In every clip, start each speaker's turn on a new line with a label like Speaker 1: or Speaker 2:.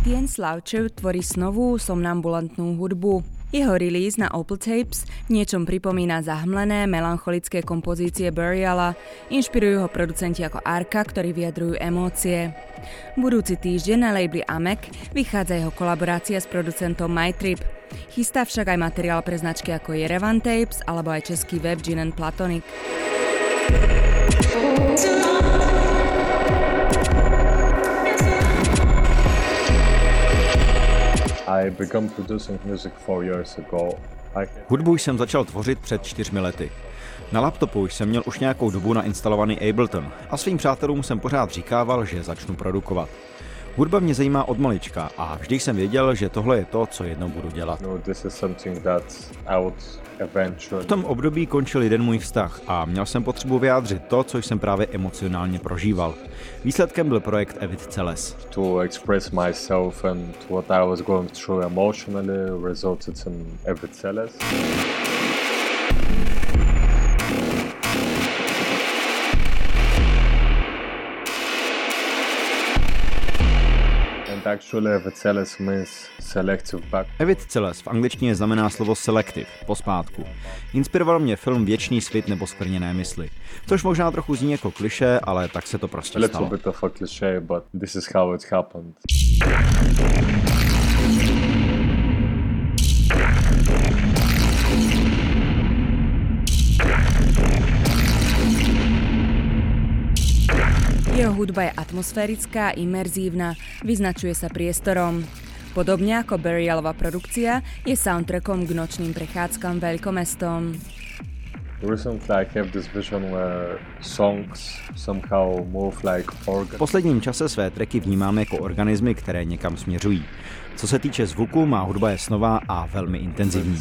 Speaker 1: Etienne Sloucher tvorí snovú somnambulantnú hudbu. Jeho release na Opal Tapes v niečom pripomína zahmlené, melancholické kompozície Buriala, inšpirujú ho producenti ako Arca, ktorí vyjadrujú emócie. Budúci týždeň na labeli Amek vychádza jeho kolaborácia s producentom MyTrip. Chystá však aj materiál pre značky ako Yerevan Tapes alebo aj český web Gin & Platonic.
Speaker 2: Hudbu jsem začal tvořit před 4 lety. Na laptopu jsem měl už nějakou dobu nainstalovaný Ableton a svým přátelům jsem pořád říkával, že začnu produkovat. Hudba mě zajímá od malička a vždy jsem věděl, že tohle je to, co jednou budu dělat. V tom období končil jeden můj vztah a měl jsem potřebu vyjádřit to, co jsem právě emocionálně prožíval. Výsledkem byl projekt Evit Celes.
Speaker 3: To express myself and what I was going through emotionally resulted in Evit Celes.
Speaker 2: Evit Celes v angličtině znamená slovo selective, pospátku. Inspiroval mě film Věčný svit nebo Skvrněné mysli. Což možná trochu zní jako klišé, ale tak se to prostě stalo.
Speaker 1: Jeho hudba je atmosférická, imerzívna, vyznačuje sa priestorom. Podobne ako Burialova produkcia je soundtrackom k nočným prechádzkam veľkomestom.
Speaker 2: V posledním čase své tracky vnímám jako organismy, které někam směřují. Co se týče zvuku, má hudba je snová a velmi intenzivní.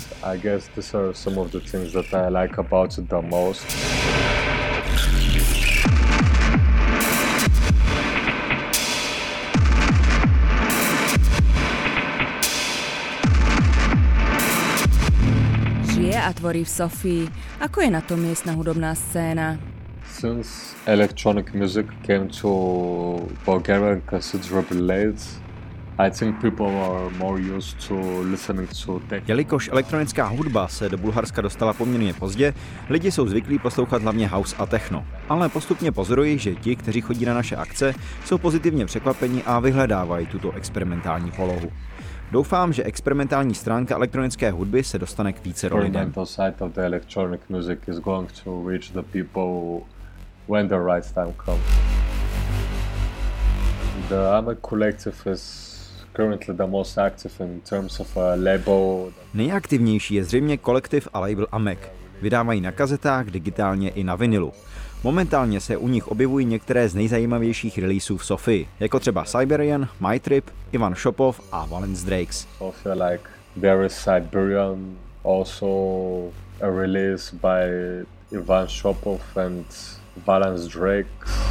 Speaker 1: A tvorí v Sofii. Ako je na tom miestna hudobná scéna?
Speaker 3: Since electronic music came to Bulgaria considerably late, I think people are more used to listening to techno.
Speaker 2: Jelikož elektronická hudba se do Bulharska dostala poměrně pozdě, lidi jsou zvyklí poslouchat hlavně house a techno. Ale postupně pozoruji, že ti, kteří chodí na naše akce, jsou pozitivně překvapeni a vyhledávají tuto experimentální polohu. Doufám, že experimentální stránka elektronické hudby se dostane k více lidem. Nejaktivnější je zřejmě kolektiv a label Amek. Vydávají na kazetách, digitálně i na vinilu. Momentálně se u nich objevují některé z nejzajímavějších releaseů v Sofii, jako třeba Siberian, MyTrip, Ivan Shopov a Valence Drakes.
Speaker 3: Sofia like there is Siberian, also a release by Ivan Shopov and Valence Drakes.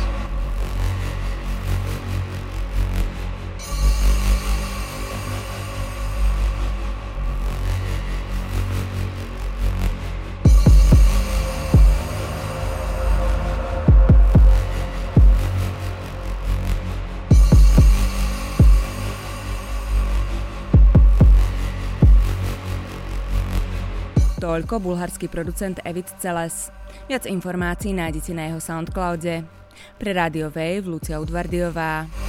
Speaker 1: Toľko bulharský producent Evit Celes. Viac informácií nájdete na jeho Soundcloude. Pre Radio Wave Lucia Udvardiová.